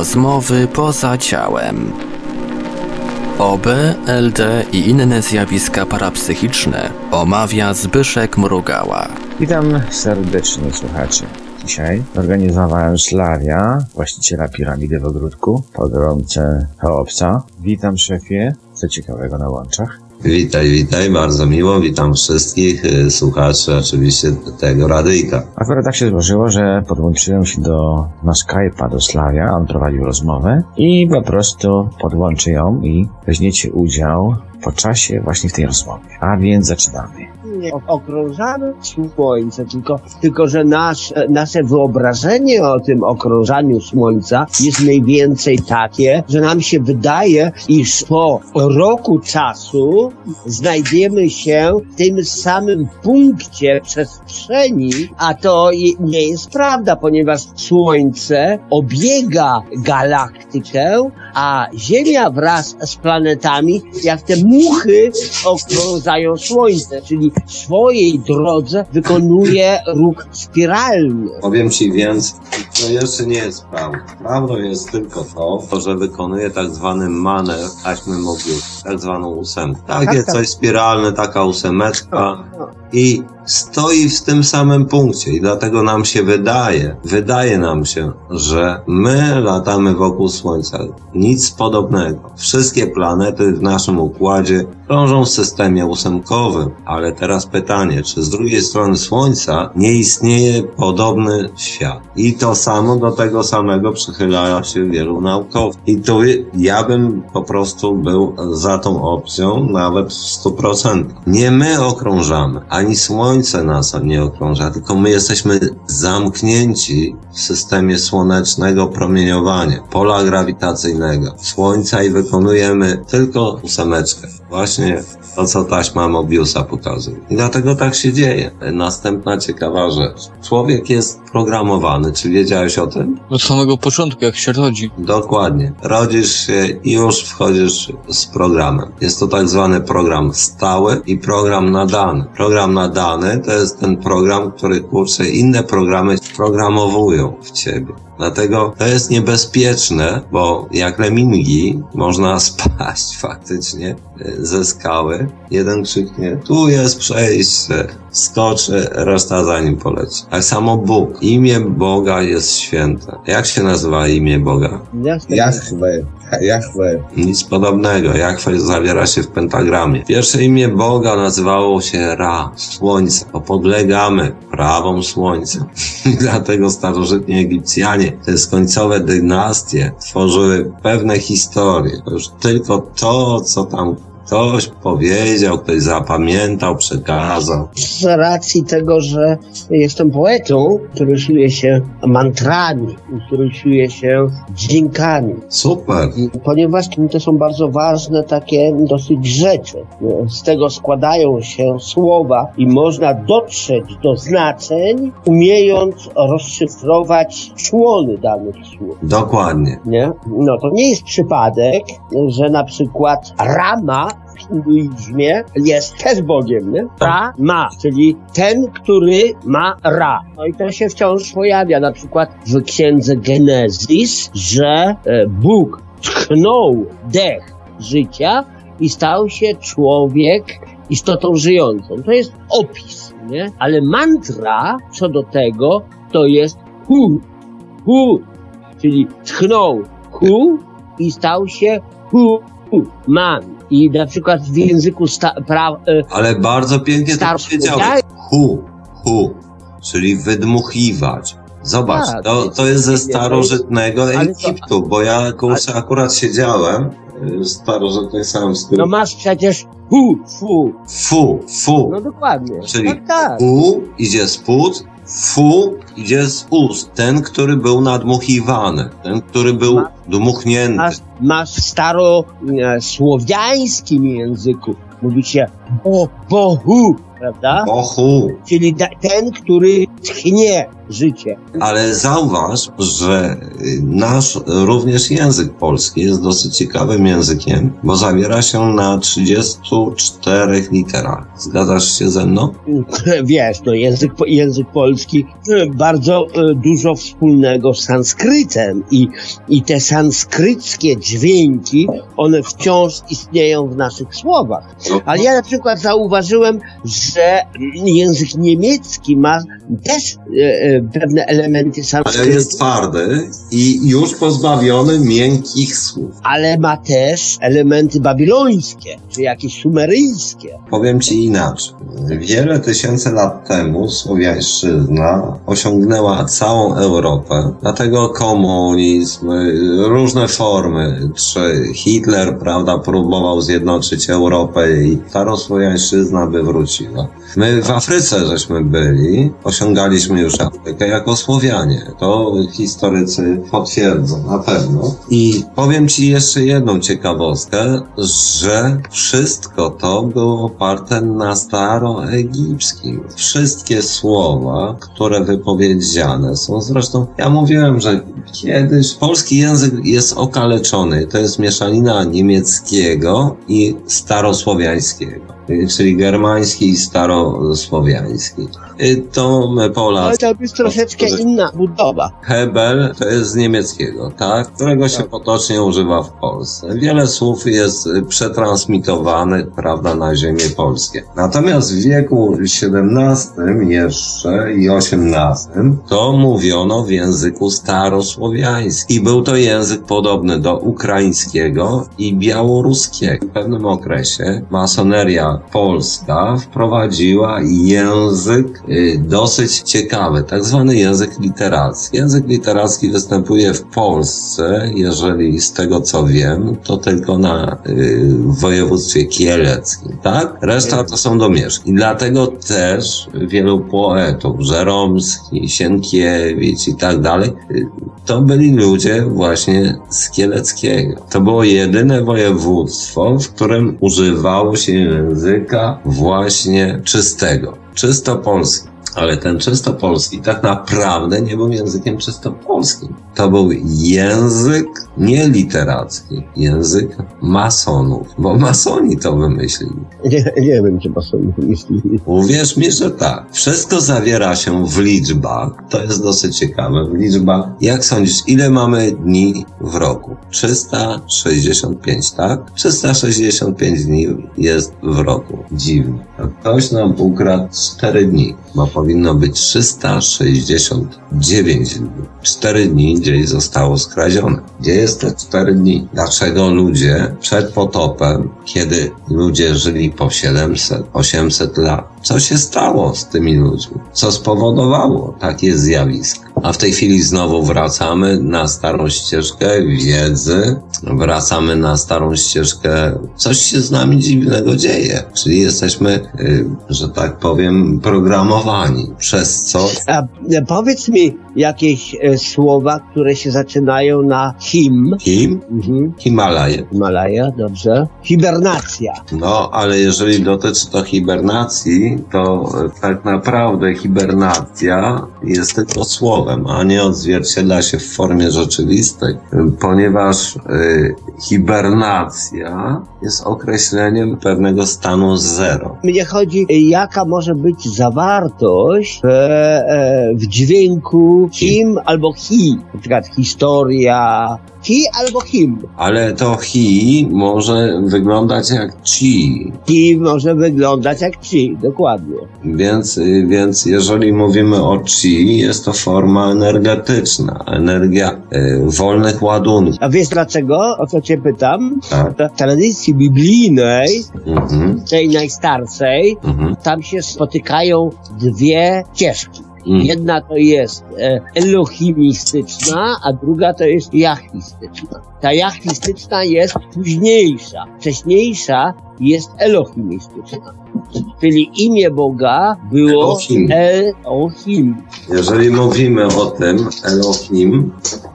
Rozmowy poza ciałem. OB, LD i inne zjawiska parapsychiczne omawia Zbyszek Mrugała. Witam serdecznie, słuchacze. Dzisiaj organizowałem Sławia, właściciela piramidy w ogródku, pogromcę Cheopsa. Witam, szefie. Co ciekawego na łączach? Witaj, bardzo miło. Witam wszystkich słuchaczy oczywiście tego radyjka. Akurat tak się złożyło, że podłączyłem się na Skype'a do Sławia, on prowadził rozmowę i po prostu podłączę ją i weźmiecie udział po czasie właśnie w tej rozmowie. A więc zaczynamy. Nie okrążamy Słońce, tylko że nasze wyobrażenie o tym okrążaniu Słońca jest mniej więcej takie, że nam się wydaje, iż po roku czasu znajdziemy się w tym samym punkcie przestrzeni, a to nie jest prawda, ponieważ Słońce obiega galaktykę, a Ziemia wraz z planetami, jak te muchy, okrążają Słońce, czyli w swojej drodze wykonuje ruch spiralny. Powiem Ci więc, to jeszcze nie jest prawda. Prawdą jest tylko to, że wykonuje tak zwany manewr taśmy Mobiusa, tak zwaną ósemkę. Takie coś spiralne, taka ósemeczka i stoi w tym samym punkcie i dlatego nam się wydaje nam się, że my latamy wokół Słońca. Nic podobnego. Wszystkie planety w naszym układzie krążą w systemie ósemkowym, ale teraz pytanie, czy z drugiej strony Słońca nie istnieje podobny świat? I to samo do tego samego przychyla się wielu naukowców. I tu ja bym po prostu był za tą opcją nawet w 100%. Nie my okrążamy, ani Słońce nas nie okrąża, tylko my jesteśmy zamknięci w systemie słonecznego promieniowania, pola grawitacyjnego Słońca i wykonujemy tylko ósemeczkę. Właśnie to, co taśma Mobiusa pokazuje. I dlatego tak się dzieje. Następna ciekawa rzecz. Człowiek jest programowany. Czy wiedziałeś o tym? Od samego początku, jak się rodzi. Dokładnie. Rodzisz się i już wchodzisz z programem. Jest to tak zwany program stały i program nadany. Program nadany to jest ten program, który inne programy programowują w ciebie. Dlatego to jest niebezpieczne, bo jak lemingi można spaść faktycznie ze skały. Jeden krzyknie, tu jest przejście, skoczy, reszta za nim poleci. Tak samo Bóg. Imię Boga jest święte. Jak się nazywa imię Boga? Jahwe. Nic podobnego. Jahwe zawiera się w pentagramie. Pierwsze imię Boga nazywało się Ra, Słońce. Bo podlegamy prawom Słońca. Dlatego starożytni Egipcjanie, te skońcowe dynastie, tworzyły pewne historie. To już tylko to, co tam ktoś powiedział, ktoś zapamiętał, przekazał. Z racji tego, że jestem poetą, który siłuje się mantrami, który siłuje się dźwiękami. Super. Ponieważ to są bardzo ważne takie dosyć rzeczy. Z tego składają się słowa i można dotrzeć do znaczeń, umiejąc rozszyfrować człony danych słów. Dokładnie. Nie? No to nie jest przypadek, że na przykład Rama w hinduizmie jest też Bogiem, nie? Ra-ma, czyli ten, który ma Ra. No i to się wciąż pojawia, na przykład w księdze Genezis, że Bóg tchnął dech życia i stał się człowiek istotą żyjącą. To jest opis, nie? Ale mantra co do tego to jest hu, czyli tchnął hu i stał się man. I na przykład w języku ale bardzo pięknie to powiedziałeś. Hu, czyli wydmuchiwać. Zobacz, to jest ze starożytnego Egiptu, bo ja akurat siedziałem w starożytnej sanskrycie. No masz przecież fu. No dokładnie. Czyli hu idzie z płuc, fu idzie z ust. Ten, który był nadmuchiwany, ten, który był dmuchnięty. Masz w starosłowiańskim języku mówi się Bohu, prawda? Bohu. Czyli ten, który tchnie życie. Ale zauważ, że nasz również język polski jest dosyć ciekawym językiem, bo zawiera się na 34 literach. Zgadzasz się ze mną? Wiesz, no język polski bardzo dużo wspólnego z sanskrytem i te sanskryckie dźwięki, one wciąż istnieją w naszych słowach. Ale ja na przykład zauważyłem, że język niemiecki ma też pewne elementy sanskrytu. Ale jest twardy i już pozbawiony miękkich słów. Ale ma też elementy babilońskie, czy jakieś sumeryjskie. Powiem ci inaczej. Wiele tysięcy lat temu słowiańszczyzna osiągnęła całą Europę. Dlatego komunizm, różne formy, czy Hitler, prawda, próbował zjednoczyć Europę i starosłowiańszczyzna by wróciła. My w Afryce żeśmy byli, osiągaliśmy już Afrykę jako Słowianie. To historycy potwierdzą na pewno. I powiem ci jeszcze jedną ciekawostkę, że wszystko to było oparte na staroegipskim. Wszystkie słowa, które wypowiedziane są, zresztą ja mówiłem, że kiedyś polski język jest okaleczony. To jest mieszanina niemieckiego i starosłowiańskiego. Czyli germański i starosłowiański. To my Polacy. Ale to jest troszeczkę inna budowa. Hebel to jest z niemieckiego, tak? Którego się potocznie używa w Polsce. Wiele słów jest przetransmitowanych, prawda, na ziemię polskie. Natomiast w wieku XVII jeszcze i XVIII to mówiono w języku starosłowiańskim. I był to język podobny do ukraińskiego i białoruskiego. W pewnym okresie masoneria polska wprowadziła język dosyć ciekawy, tak zwany język literacki. Język literacki występuje w Polsce, jeżeli z tego co wiem, to tylko w województwie kieleckim, tak? Reszta to są domieszki. Dlatego też wielu poetów, Żeromski, Sienkiewicz i tak dalej, to byli ludzie właśnie z Kieleckiego. To było jedyne województwo, w którym używało się języka właśnie czystego. Czysto polski. Ale ten czysto polski tak naprawdę nie był językiem czysto polskim. To był język nie literacki, język masonów, bo masoni to wymyślili. Nie wiem, czy masoni wymyślili. Uwierz mi, że tak. Wszystko zawiera się w liczbach. To jest dosyć ciekawe. W liczbach, jak sądzisz, ile mamy dni w roku? 365, tak? 365 dni jest w roku. Dziwne. Ktoś nam ukradł 4 dni, bo powinno być 369 dni. 4 dni gdzieś zostało skradzione. Gdzie jest te 4 dni? Dlaczego ludzie przed potopem, kiedy ludzie żyli po 700, 800 lat, co się stało z tymi ludźmi? Co spowodowało takie zjawisko? A w tej chwili znowu wracamy na starą ścieżkę wiedzy, wracamy na starą ścieżkę, coś się z nami dziwnego dzieje. Czyli jesteśmy, że tak powiem, programowani przez coś. A powiedz mi jakieś słowa, które się zaczynają na him. Him? Himalaje. Himalaja, dobrze. Hibernacja. No, ale jeżeli dotyczy to hibernacji, to tak naprawdę hibernacja jest tylko słowem, a nie odzwierciedla się w formie rzeczywistej, ponieważ hibernacja jest określeniem pewnego stanu zero. Mnie chodzi, jaka może być zawartość w dźwięku him albo hi. Na przykład historia, hi albo him. Ale to hi może wyglądać jak chi. Hi może wyglądać jak chi, dokładnie. Więc jeżeli mówimy o chi, jest to forma energetyczna, energia wolnych ładunków. A wiesz dlaczego? O co cię pytam? Tak. W tradycji biblijnej, tej najstarszej, tam się spotykają dwie ścieżki. Jedna to jest elohimistyczna, a druga to jest jahwistyczna. Ta jahwistyczna jest późniejsza. Wcześniejsza jest elohimistyczna. Czyli imię Boga było Elohim. Jeżeli mówimy o tym Elohim,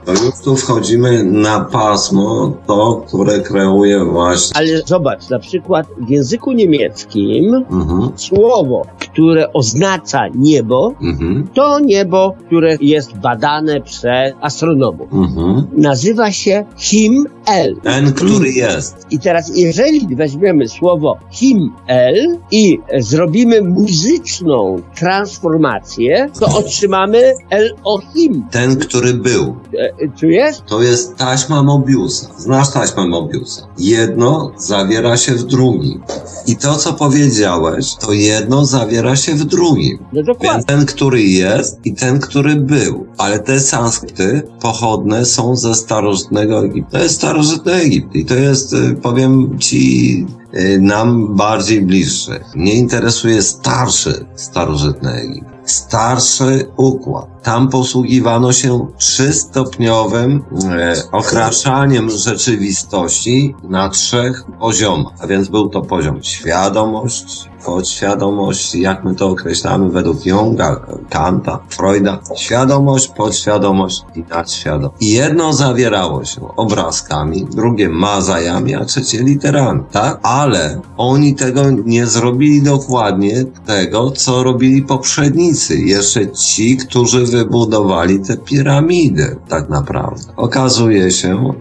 To już tu wchodzimy na pasmo, to, które kreuje właśnie... Ale zobacz, na przykład w języku niemieckim słowo, które oznacza niebo, to niebo, które jest badane przez astronomów. Nazywa się Himmel. Ten, który jest. I teraz, jeżeli weźmiemy słowo Himmel i zrobimy muzyczną transformację, to otrzymamy Elohim. Ten, który był. Czujesz? To jest taśma Mobiusa. Znasz taśmę Mobiusa? Jedno zawiera się w drugim. I to, co powiedziałeś, to jedno zawiera się w drugim. No dokładnie. Więc ten, który jest i ten, który był. Ale te sanskryty pochodne są ze starożytnego Egiptu. To jest starożytny Egipt i to jest, powiem ci, nam bardziej bliższy. Mnie interesuje starszy starożytny Egipt. Starszy układ. Tam posługiwano się 3-stopniowym okraszaniem rzeczywistości na 3 poziomach. A więc był to poziom świadomość, podświadomość, jak my to określamy według Junga, Kanta, Freuda. Świadomość, podświadomość i nadświadomość. I jedno zawierało się obrazkami, drugie mazajami, a trzecie literami, tak? Ale oni tego nie zrobili dokładnie tego, co robili poprzednicy. Jeszcze ci, którzy wybudowali te piramidy, tak naprawdę. Okazuje się,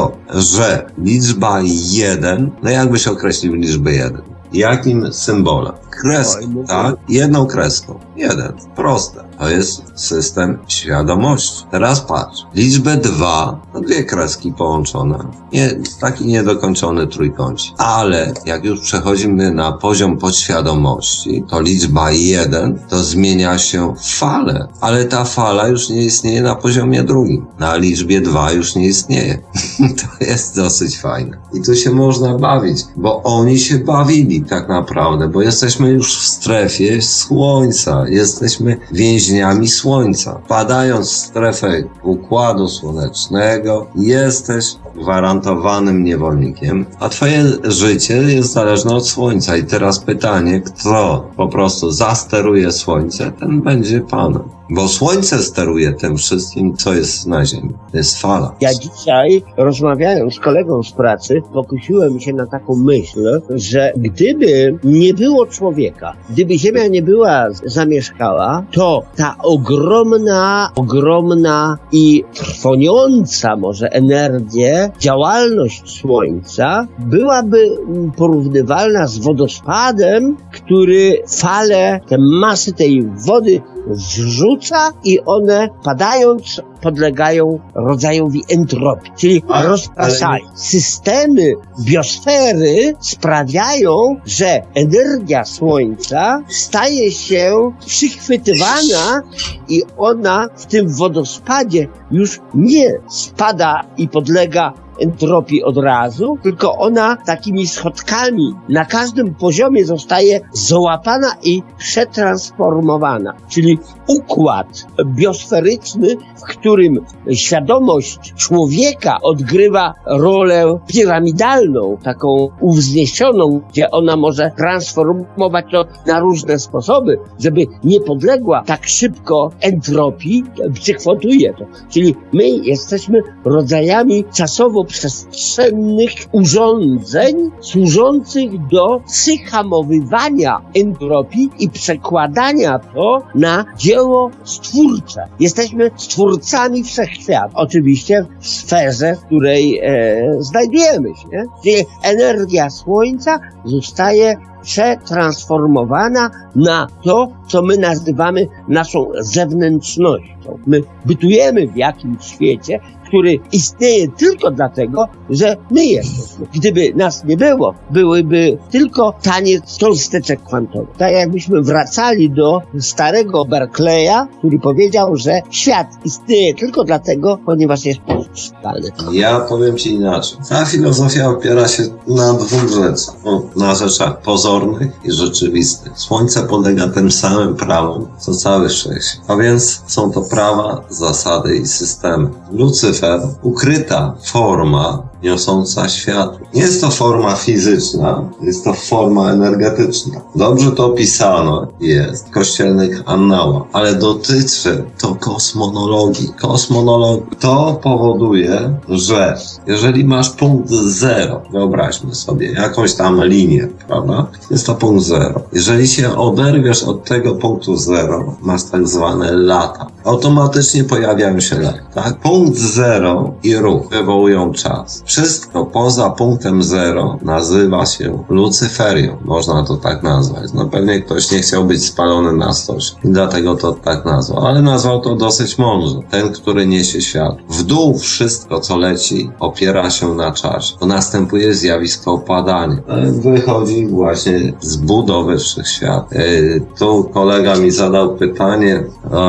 że liczba 1, no jakbyś określił liczbę 1? Jakim symbolem? Kreską, tak? Jedną kreską. 1. Proste. To jest system świadomości. Teraz patrz. Liczbę 2, no 2 kreski połączone. Taki niedokończony trójkącik. Ale jak już przechodzimy na poziom podświadomości, to liczba 1 to zmienia się w falę. Ale ta fala już nie istnieje na poziomie drugim. Na liczbie 2 już nie istnieje. To jest dosyć fajne. I tu się można bawić, bo oni się bawili tak naprawdę, bo jesteśmy już w strefie Słońca. Jesteśmy więźniami Słońca. Padając w strefę Układu Słonecznego, jesteś gwarantowanym niewolnikiem, a twoje życie jest zależne od Słońca. I teraz pytanie, kto po prostu zasteruje Słońce, ten będzie Panem. Bo Słońce steruje tym wszystkim, co jest na Ziemi. To jest fala. Ja dzisiaj, rozmawiając z kolegą z pracy, pokusiłem się na taką myśl, że gdyby nie było człowieka, gdyby Ziemia nie była zamieszkała, to ta ogromna i trwoniąca może energia, działalność Słońca byłaby porównywalna z wodospadem, który fale, te masy tej wody zrzuca i one padając podlegają rodzajowi entropii, czyli rozprasają. Systemy biosfery sprawiają, że energia Słońca staje się przychwytywana i ona w tym wodospadzie już nie spada i podlega entropii od razu, tylko ona takimi schodkami na każdym poziomie zostaje złapana i przetransformowana. Czyli układ biosferyczny, w którym świadomość człowieka odgrywa rolę piramidalną, taką uwzniesioną, gdzie ona może transformować to na różne sposoby, żeby nie podległa tak szybko entropii, przychwytuje to. Czyli my jesteśmy rodzajami czasowo-przestrzennych urządzeń służących do przyhamowywania entropii i przekładania to na dzieło stwórcze. Jesteśmy stwórcami wszechświata. Oczywiście w sferze, w której znajdujemy się. Czyli energia Słońca zostaje przetransformowana na to, co my nazywamy naszą zewnętrznością. My bytujemy w jakimś świecie, który istnieje tylko dlatego, że my jesteśmy. Gdyby nas nie było, byłyby tylko taniec cząsteczek kwantowych. Tak jakbyśmy wracali do starego Berkeleya, który powiedział, że świat istnieje tylko dlatego, ponieważ jest postrzegany. Ja powiem ci inaczej. Ta filozofia opiera się na 2 rzeczach. Na rzeczach pozornych i rzeczywistych. Słońce podlega tym samym prawom, co cały wszechświat. A więc są to prawa, zasady i systemy. Lucyfer, ukryta forma niosąca światło. Nie jest to forma fizyczna, jest to forma energetyczna. Dobrze to opisano jest w kościelnych annałach, ale dotyczy to kosmonologii. To powoduje, że jeżeli masz punkt zero, wyobraźmy sobie jakąś tam linię, prawda? Jest to punkt zero. Jeżeli się oderwiesz od tego punktu zero, masz tak zwane lata. Automatycznie pojawiają się lata, tak? Punkt zero i ruch wywołują czas. Wszystko poza punktem zero nazywa się Lucyferią. Można to tak nazwać. No pewnie ktoś nie chciał być spalony na stosie i dlatego to tak nazwał. Ale nazwał to dosyć mądrze. Ten, który niesie światło. W dół wszystko, co leci, opiera się na czasie. To następuje zjawisko opadania. Wychodzi właśnie z budowy wszechświata. Tu kolega mi zadał pytanie o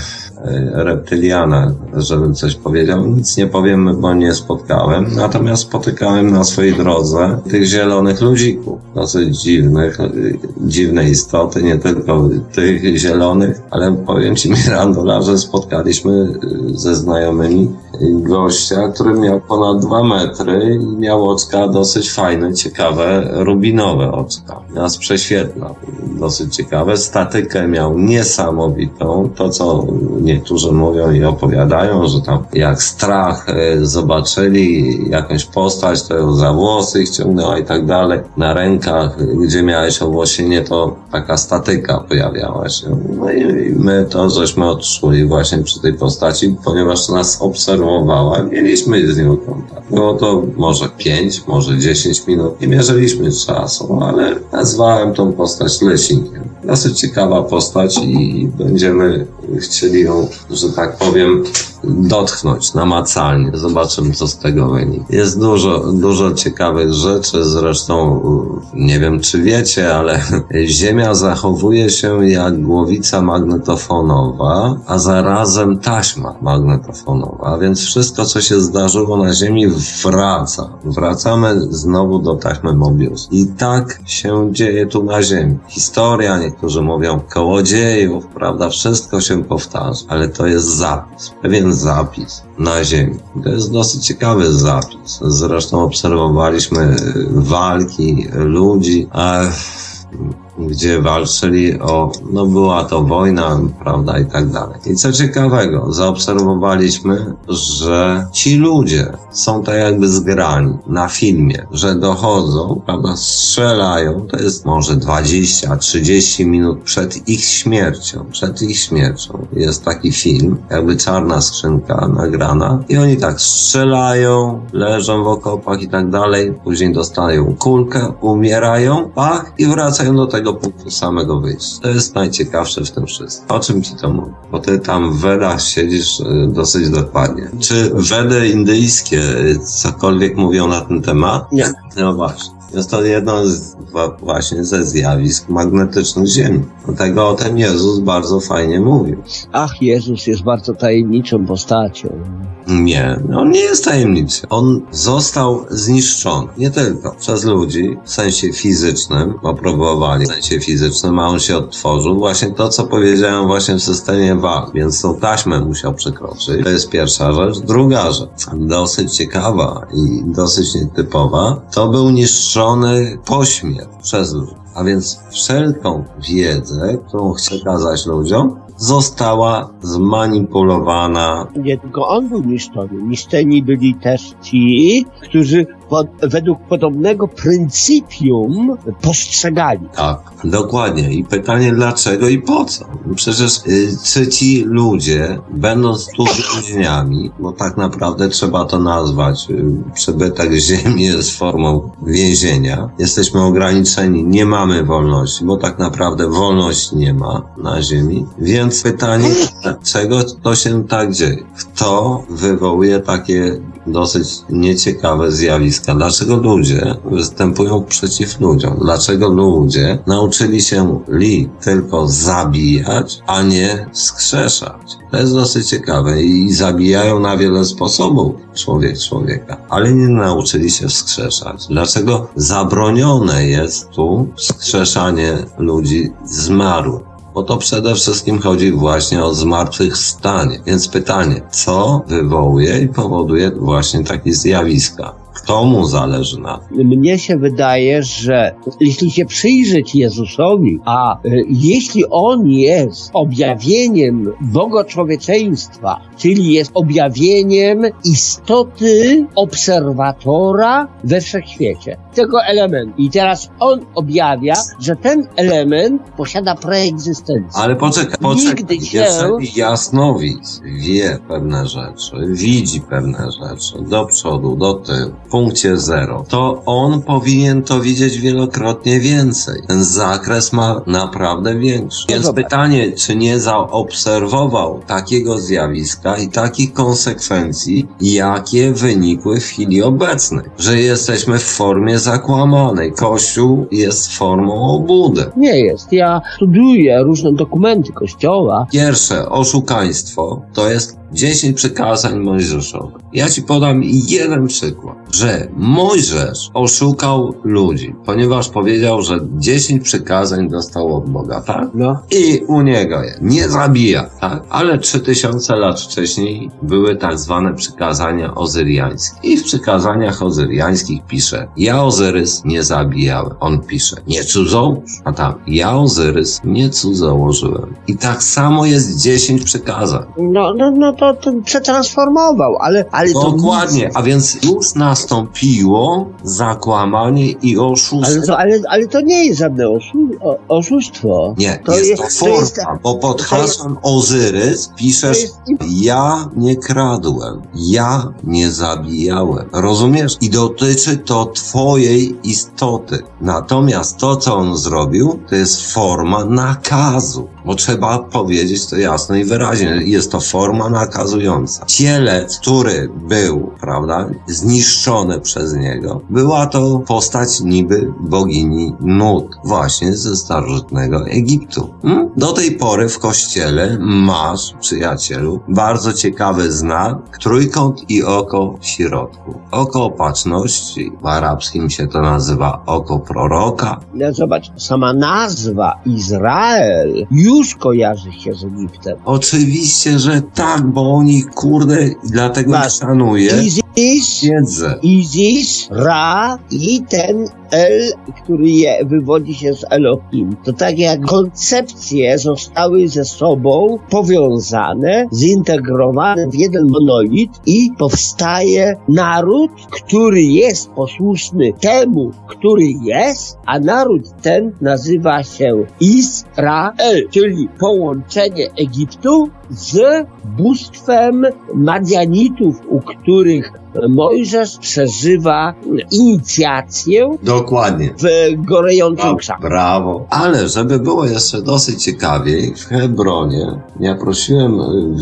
reptyliana, żebym coś powiedział. Nic nie powiem, bo nie spotkałem. Natomiast spotykałem na swojej drodze tych zielonych ludzików. Dosyć dziwne istoty, nie tylko tych zielonych, ale powiem Ci, Mirandola, że spotkaliśmy ze znajomymi gościa, który miał ponad 2 metry i miał oczka dosyć fajne, ciekawe, rubinowe oczka. Nas prześwietla. Dosyć ciekawe. Statykę miał niesamowitą. To, co niektórzy mówią i opowiadają, że tam jak strach zobaczyli jakąś postać, to ją za włosy ich ciągnęła i tak dalej. Na rękach, gdzie miałeś owłosienie, to taka statyka pojawiała się. No i my to żeśmy odczuli właśnie przy tej postaci, ponieważ nas obserwowała, mieliśmy z nią kontakt. Było to może 5, może 10 minut. Nie mierzyliśmy czasu, ale nazwałem tą postać Lesinkiem. Dosyć ciekawa postać i będziemy chcieli ją, że tak powiem, dotknąć namacalnie. Zobaczymy, co z tego wyniknie. Jest dużo ciekawych rzeczy, zresztą nie wiem, czy wiecie, ale Ziemia zachowuje się jak głowica magnetofonowa, a zarazem taśma magnetofonowa, więc wszystko, co się zdarzyło na Ziemi, wraca. Wracamy znowu do taśmy Mobius. I tak się dzieje tu na Ziemi. Historia, niektórzy mówią kołodziejów, prawda, wszystko się powtarza, ale to jest zapis, pewien zapis na Ziemi. To jest dosyć ciekawy zapis. Zresztą obserwowaliśmy walki ludzi, gdzie walczyli była to wojna, prawda, i tak dalej. I co ciekawego, zaobserwowaliśmy, że ci ludzie są tak jakby zgrani na filmie, że dochodzą, prawda, strzelają, to jest może 20-30 minut przed ich śmiercią. Jest taki film, jakby czarna skrzynka nagrana i oni tak strzelają, leżą w okopach i tak dalej, później dostają kulkę, umierają, i wracają do tego punktu samego wyjścia. To jest najciekawsze w tym wszystkim. O czym Ci to mówię? Bo Ty tam w Vedach siedzisz dosyć dokładnie. Czy Vedy indyjskie cokolwiek mówią na ten temat? Nie. No właśnie. Jest to jedno właśnie ze zjawisk magnetycznych Ziemi. Dlatego o tym Jezus bardzo fajnie mówił. Ach, Jezus jest bardzo tajemniczą postacią. Nie, on nie jest tajemniczy. On został zniszczony. Nie tylko przez ludzi, w sensie fizycznym, bo próbowali w sensie fizycznym, a on się odtworzył. Właśnie to, co powiedziałem właśnie w systemie walk, więc tą taśmę musiał przekroczyć. To jest pierwsza rzecz. Druga rzecz, dosyć ciekawa i dosyć nietypowa, to był niszczony pośmierć przez ludzi. A więc wszelką wiedzę, którą chce kazać ludziom, została zmanipulowana. Nie tylko on był niszczony. Niszczeni byli też ci, którzy według podobnego pryncypium postrzegali. Tak, dokładnie. I pytanie dlaczego i po co? Przecież czy ci ludzie, będąc tu więźniami, bo tak naprawdę trzeba to nazwać, przybytek Ziemi jest formą więzienia, jesteśmy ograniczeni, nie mamy wolności, bo tak naprawdę wolności nie ma na Ziemi, więc pytanie, dlaczego to się tak dzieje? Kto wywołuje takie dosyć nieciekawe zjawiska? Dlaczego ludzie występują przeciw ludziom? Dlaczego ludzie nauczyli się tylko zabijać, a nie wskrzeszać? To jest dosyć ciekawe i zabijają na wiele sposobów człowieka, ale nie nauczyli się wskrzeszać. Dlaczego zabronione jest tu wskrzeszanie ludzi zmarłych? Bo to przede wszystkim chodzi właśnie o zmartwychwstanie. Więc pytanie, co wywołuje i powoduje właśnie takie zjawiska? Kto mu zależy na tym? Mnie się wydaje, że jeśli się przyjrzeć Jezusowi, a jeśli On jest objawieniem bogoczłowieczeństwa, czyli jest objawieniem istoty obserwatora we wszechświecie, tego elementu. I teraz On objawia, że ten element posiada preegzystencję. Ale poczekaj. Nigdy się... Jeżeli jasnowidz wie pewne rzeczy, widzi pewne rzeczy, do przodu, do tyłu, w punkcie 0, to on powinien to widzieć wielokrotnie więcej. Ten zakres ma naprawdę większy. Więc pytanie, czy nie zaobserwował takiego zjawiska i takich konsekwencji, jakie wynikły w chwili obecnej. Że jesteśmy w formie zakłamanej. Kościół jest formą obłudy. Nie jest. Ja studiuję różne dokumenty Kościoła. Pierwsze oszukaństwo to jest 10 przykazań Mojżeszowych. Ja ci podam jeden przykład, że Mojżesz oszukał ludzi, ponieważ powiedział, że 10 przykazań dostał od Boga, tak? No. I u niego je nie zabija, tak? Ale 3000 lat wcześniej były tak zwane przykazania ozyriańskie. I w przykazaniach ozyriańskich pisze: ja Ozyrys nie zabijałem. On pisze: nie cudzołóż. A tam: ja Ozyrys nie cudzołożyłem. I tak samo jest 10 przykazań. No to przetransformował, ale to... Dokładnie, a więc już nastąpiło zakłamanie i oszustwo. Ale to nie jest żadne oszustwo. Nie, to jest to forma, bo pod hasłem Ozyrys piszesz: ja nie kradłem, ja nie zabijałem. Rozumiesz? I dotyczy to twojej istoty. Natomiast to, co on zrobił, to jest forma nakazu. Bo trzeba powiedzieć to jasno i wyraźnie. Jest to forma nakazująca. Cielec, który był, prawda, zniszczony przez niego, była to postać niby bogini Nut, właśnie ze starożytnego Egiptu. Do tej pory w kościele masz, przyjacielu, bardzo ciekawy znak, trójkąt i oko w środku. Oko opatrzności, w arabskim się to nazywa oko proroka. No zobacz, sama nazwa Izrael już kojarzy się z Egiptem. Oczywiście, że tak, bo oni, kurde, dlatego ich szanuję. Isis, Ra i ten El, który wywodzi się z Elohim. To tak jak koncepcje zostały ze sobą powiązane, zintegrowane w jeden monolit i powstaje naród, który jest posłuszny temu, który jest, a naród ten nazywa się Israel, czyli połączenie Egiptu z bóstwem Madianitów, u których Mojżesz przeżywa inicjację. Dokładnie. W gorejącym krzaku. Brawo. Ale żeby było jeszcze dosyć ciekawiej, w Hebronie ja prosiłem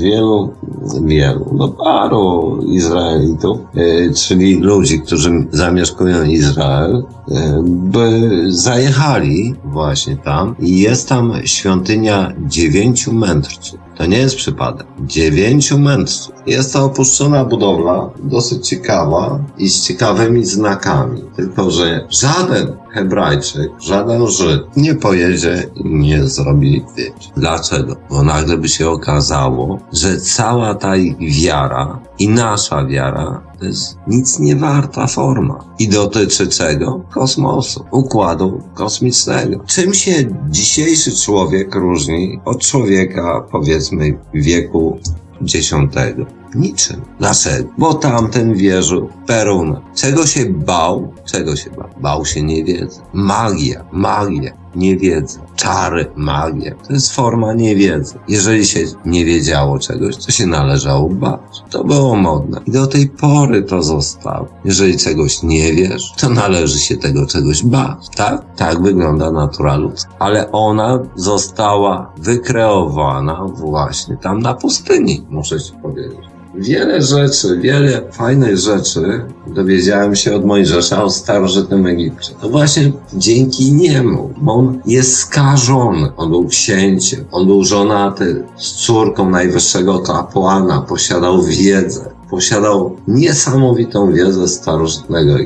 paru Izraelitów, czyli ludzi, którzy zamieszkują Izrael, by zajechali właśnie tam i jest tam świątynia 9 mędrców. To nie jest przypadek. 9 mędrców. Jest to opuszczona budowla, dosyć ciekawa i z ciekawymi znakami. Tylko że żaden Hebrajczyk, żaden Żyd nie pojedzie i nie zrobi zdjęć. Dlaczego? Bo nagle by się okazało, że cała ta wiara i nasza wiara to jest nic nie warta forma. I dotyczy czego? Kosmosu, układu kosmicznego. Czym się dzisiejszy człowiek różni od człowieka, powiedzmy, wieku X? Niczym. Dlaczego? Bo tamten wierzył w Peruna. Czego się bał? Bał się niewiedzy. Magia, niewiedzy. Czary, magia. To jest forma niewiedzy. Jeżeli się nie wiedziało czegoś, to się należało bać. To było modne. I do tej pory to zostało. Jeżeli czegoś nie wiesz, to należy się tego czegoś bać. Tak? Tak wygląda natura ludzka. Ale ona została wykreowana właśnie tam na pustyni, muszę ci powiedzieć. Wiele rzeczy, wiele fajnych rzeczy dowiedziałem się od Mojżesza o starożytnym Egipcie. To właśnie dzięki niemu, bo on jest skażony. On był księciem, on był żonaty z córką najwyższego kapłana, posiadał wiedzę, posiadał niesamowitą wiedzę starożytnego Egiptu.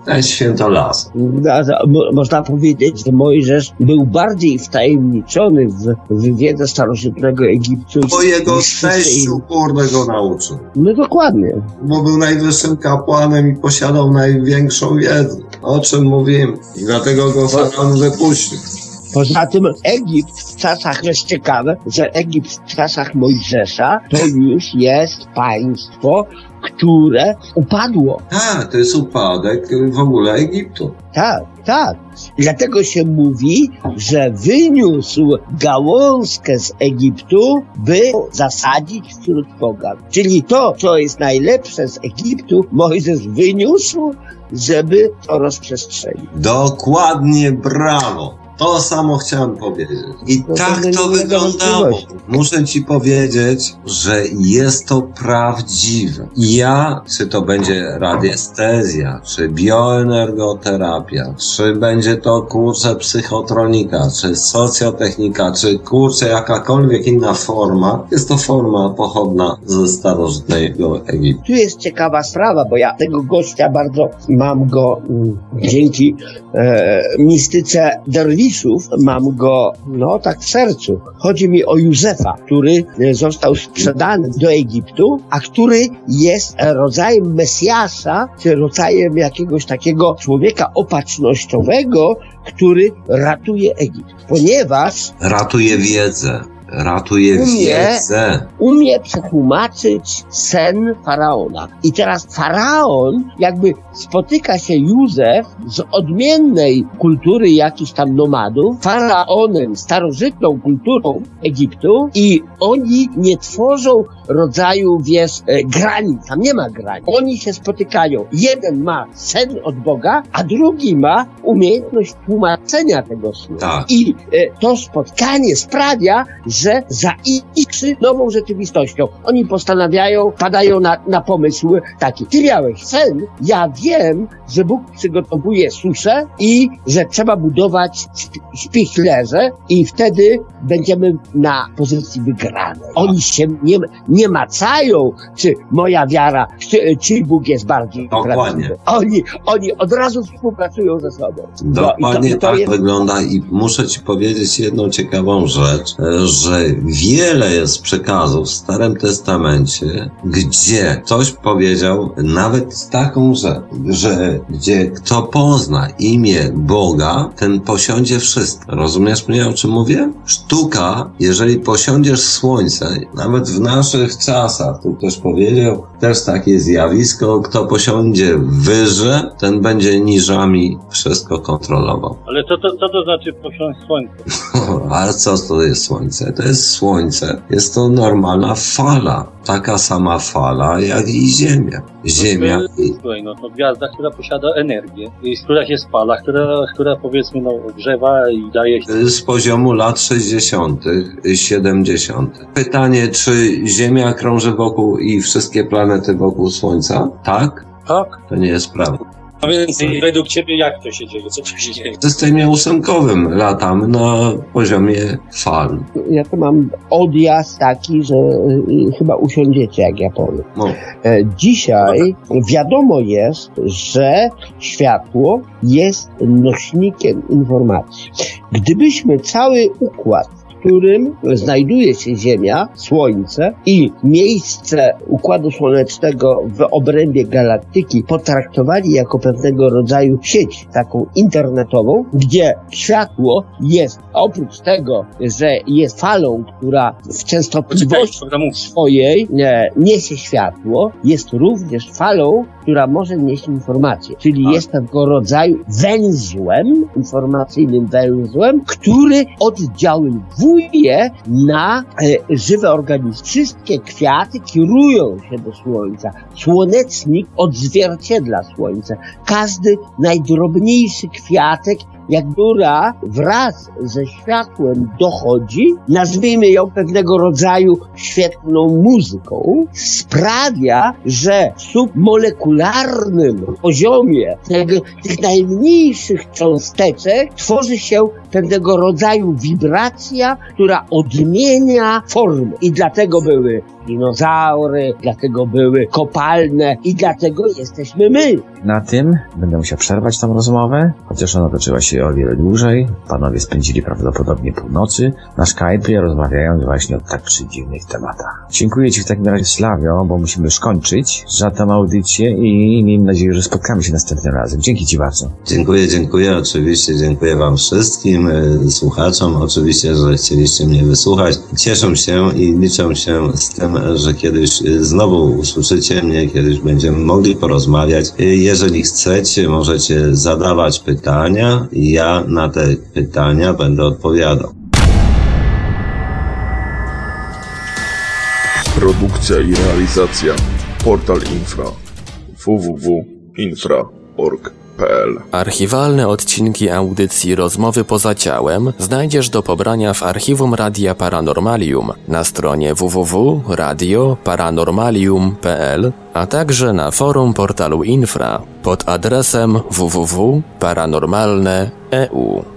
To jest święto lasu. Można powiedzieć, że Mojżesz był bardziej wtajemniczony w wiedzę starożytnego Egiptu. Bo jego teściu, kurde, go nauczył. No dokładnie. Bo był najwyższym kapłanem i posiadał największą wiedzę. O czym mówimy. I dlatego go Faraon wypuścił. Poza tym Egipt w czasach, jest ciekawe, że Egipt w czasach Mojżesza to już jest państwo, które upadło. Tak, to jest upadek w ogóle Egiptu. Tak, tak. Dlatego się mówi, że wyniósł gałązkę z Egiptu, by zasadzić wśród pogan. Czyli to, co jest najlepsze z Egiptu, Mojżesz wyniósł, żeby to rozprzestrzenić. Dokładnie, brawo. To samo chciałem powiedzieć. I No tak to wyglądało. Muszę ci powiedzieć, że jest to prawdziwe. Czy to będzie radiestezja, czy bioenergoterapia, czy będzie to, psychotronika, czy socjotechnika, czy, jakakolwiek inna forma, jest to forma pochodna ze starożytnego Egiptu. Tu jest ciekawa sprawa, bo ja tego gościa bardzo mam go dzięki mistyce derwiszów, mam go, tak w sercu. Chodzi mi o Józefa, który został sprzedany do Egiptu, a który jest rodzajem Mesjasza, czy rodzajem jakiegoś takiego człowieka opatrznościowego, który ratuje Egipt. Ponieważ ratuje wiedzę. Umie przetłumaczyć sen Faraona. I teraz Faraon, jakby spotyka się Józef z odmiennej kultury jakichś tam nomadów, Faraonem, starożytną kulturą Egiptu, i oni nie tworzą rodzaju, granic. Tam nie ma granic. Oni się spotykają. Jeden ma sen od Boga, a drugi ma umiejętność tłumaczenia tego snu. Tak. I to spotkanie sprawia, że zaiskrzy nową rzeczywistością. Oni postanawiają, padają na pomysł taki: ty miałeś sen, ja wiem, że Bóg przygotowuje suszę i że trzeba budować spichlerze i wtedy będziemy na pozycji wygranej. Oni się nie macają, czy moja wiara, czy Bóg jest bardziej prawdziwy. Oni od razu współpracują ze sobą. Dokładnie tak wygląda i muszę ci powiedzieć jedną ciekawą rzecz, że wiele jest przekazów w Starym Testamencie, gdzie ktoś powiedział nawet taką rzecz, że gdzie kto pozna imię Boga, ten posiądzie wszystko. Rozumiesz mnie, o czym mówię? Sztuka, jeżeli posiądziesz słońce, nawet w naszych czasach, tu ktoś powiedział, też takie zjawisko, kto posiądzie wyże, ten będzie niżami wszystko kontrolował. Ale co to znaczy posiąść słońce? Ale co to jest słońce? To jest słońce. Jest to normalna fala. Taka sama fala, jak i Ziemia. Słuchaj, to gwiazda, która posiada energię, która się spala, która powiedzmy, grzewa i daje się... Z poziomu lat 60., 70. Pytanie, czy Ziemia krąży wokół i wszystkie planety wokół Słońca? Tak? Tak. To nie jest prawda. A więc według ciebie jak to się dzieje? Co tu się dzieje? W systemie ósemkowym latam na poziomie fal. Ja to mam odjazd taki, że chyba usiądziecie, jak ja powiem. Dzisiaj wiadomo jest, że światło jest nośnikiem informacji. Gdybyśmy cały układ, w którym znajduje się Ziemia, Słońce i miejsce Układu Słonecznego w obrębie galaktyki potraktowali jako pewnego rodzaju sieć taką internetową, gdzie światło jest, oprócz tego, że jest falą, która w częstotliwości swojej niesie światło, jest również falą, która może nieść informacje. Czyli jest pewnego rodzaju węzłem, informacyjnym węzłem, który oddziaływuje na żywe organizmy. Wszystkie kwiaty kierują się do Słońca. Słonecznik odzwierciedla Słońce. Każdy najdrobniejszy kwiatek która wraz ze światłem dochodzi, nazwijmy ją pewnego rodzaju świetną muzyką, sprawia, że w submolekularnym poziomie tych najmniejszych cząsteczek tworzy się pewnego rodzaju wibracja, która odmienia formę. I dlatego były dinozaury, dlatego były kopalne i dlatego jesteśmy my. Na tym będę musiał przerwać tą rozmowę, chociaż ona toczyła się o wiele dłużej. Panowie spędzili prawdopodobnie północy na Skype'ie, rozmawiając właśnie o tak dziwnych tematach. Dziękuję Ci w takim razie, Slawio, bo musimy już kończyć za tą audycję i miejmy nadzieję, że spotkamy się następnym razem. Dzięki Ci bardzo. Dziękuję. Oczywiście dziękuję Wam wszystkim słuchaczom. Oczywiście, że chcieliście mnie wysłuchać. Cieszę się i liczę się z tym, że kiedyś znowu usłyszycie mnie, kiedyś będziemy mogli porozmawiać. Jeżeli chcecie, możecie zadawać pytania i ja na te pytania będę odpowiadał. Produkcja i realizacja Portal Infra www.infra.org.pl. Archiwalne odcinki audycji Rozmowy poza ciałem znajdziesz do pobrania w archiwum Radia Paranormalium na stronie www.radioparanormalium.pl, a także na forum portalu Infra pod adresem www.paranormalne.eu.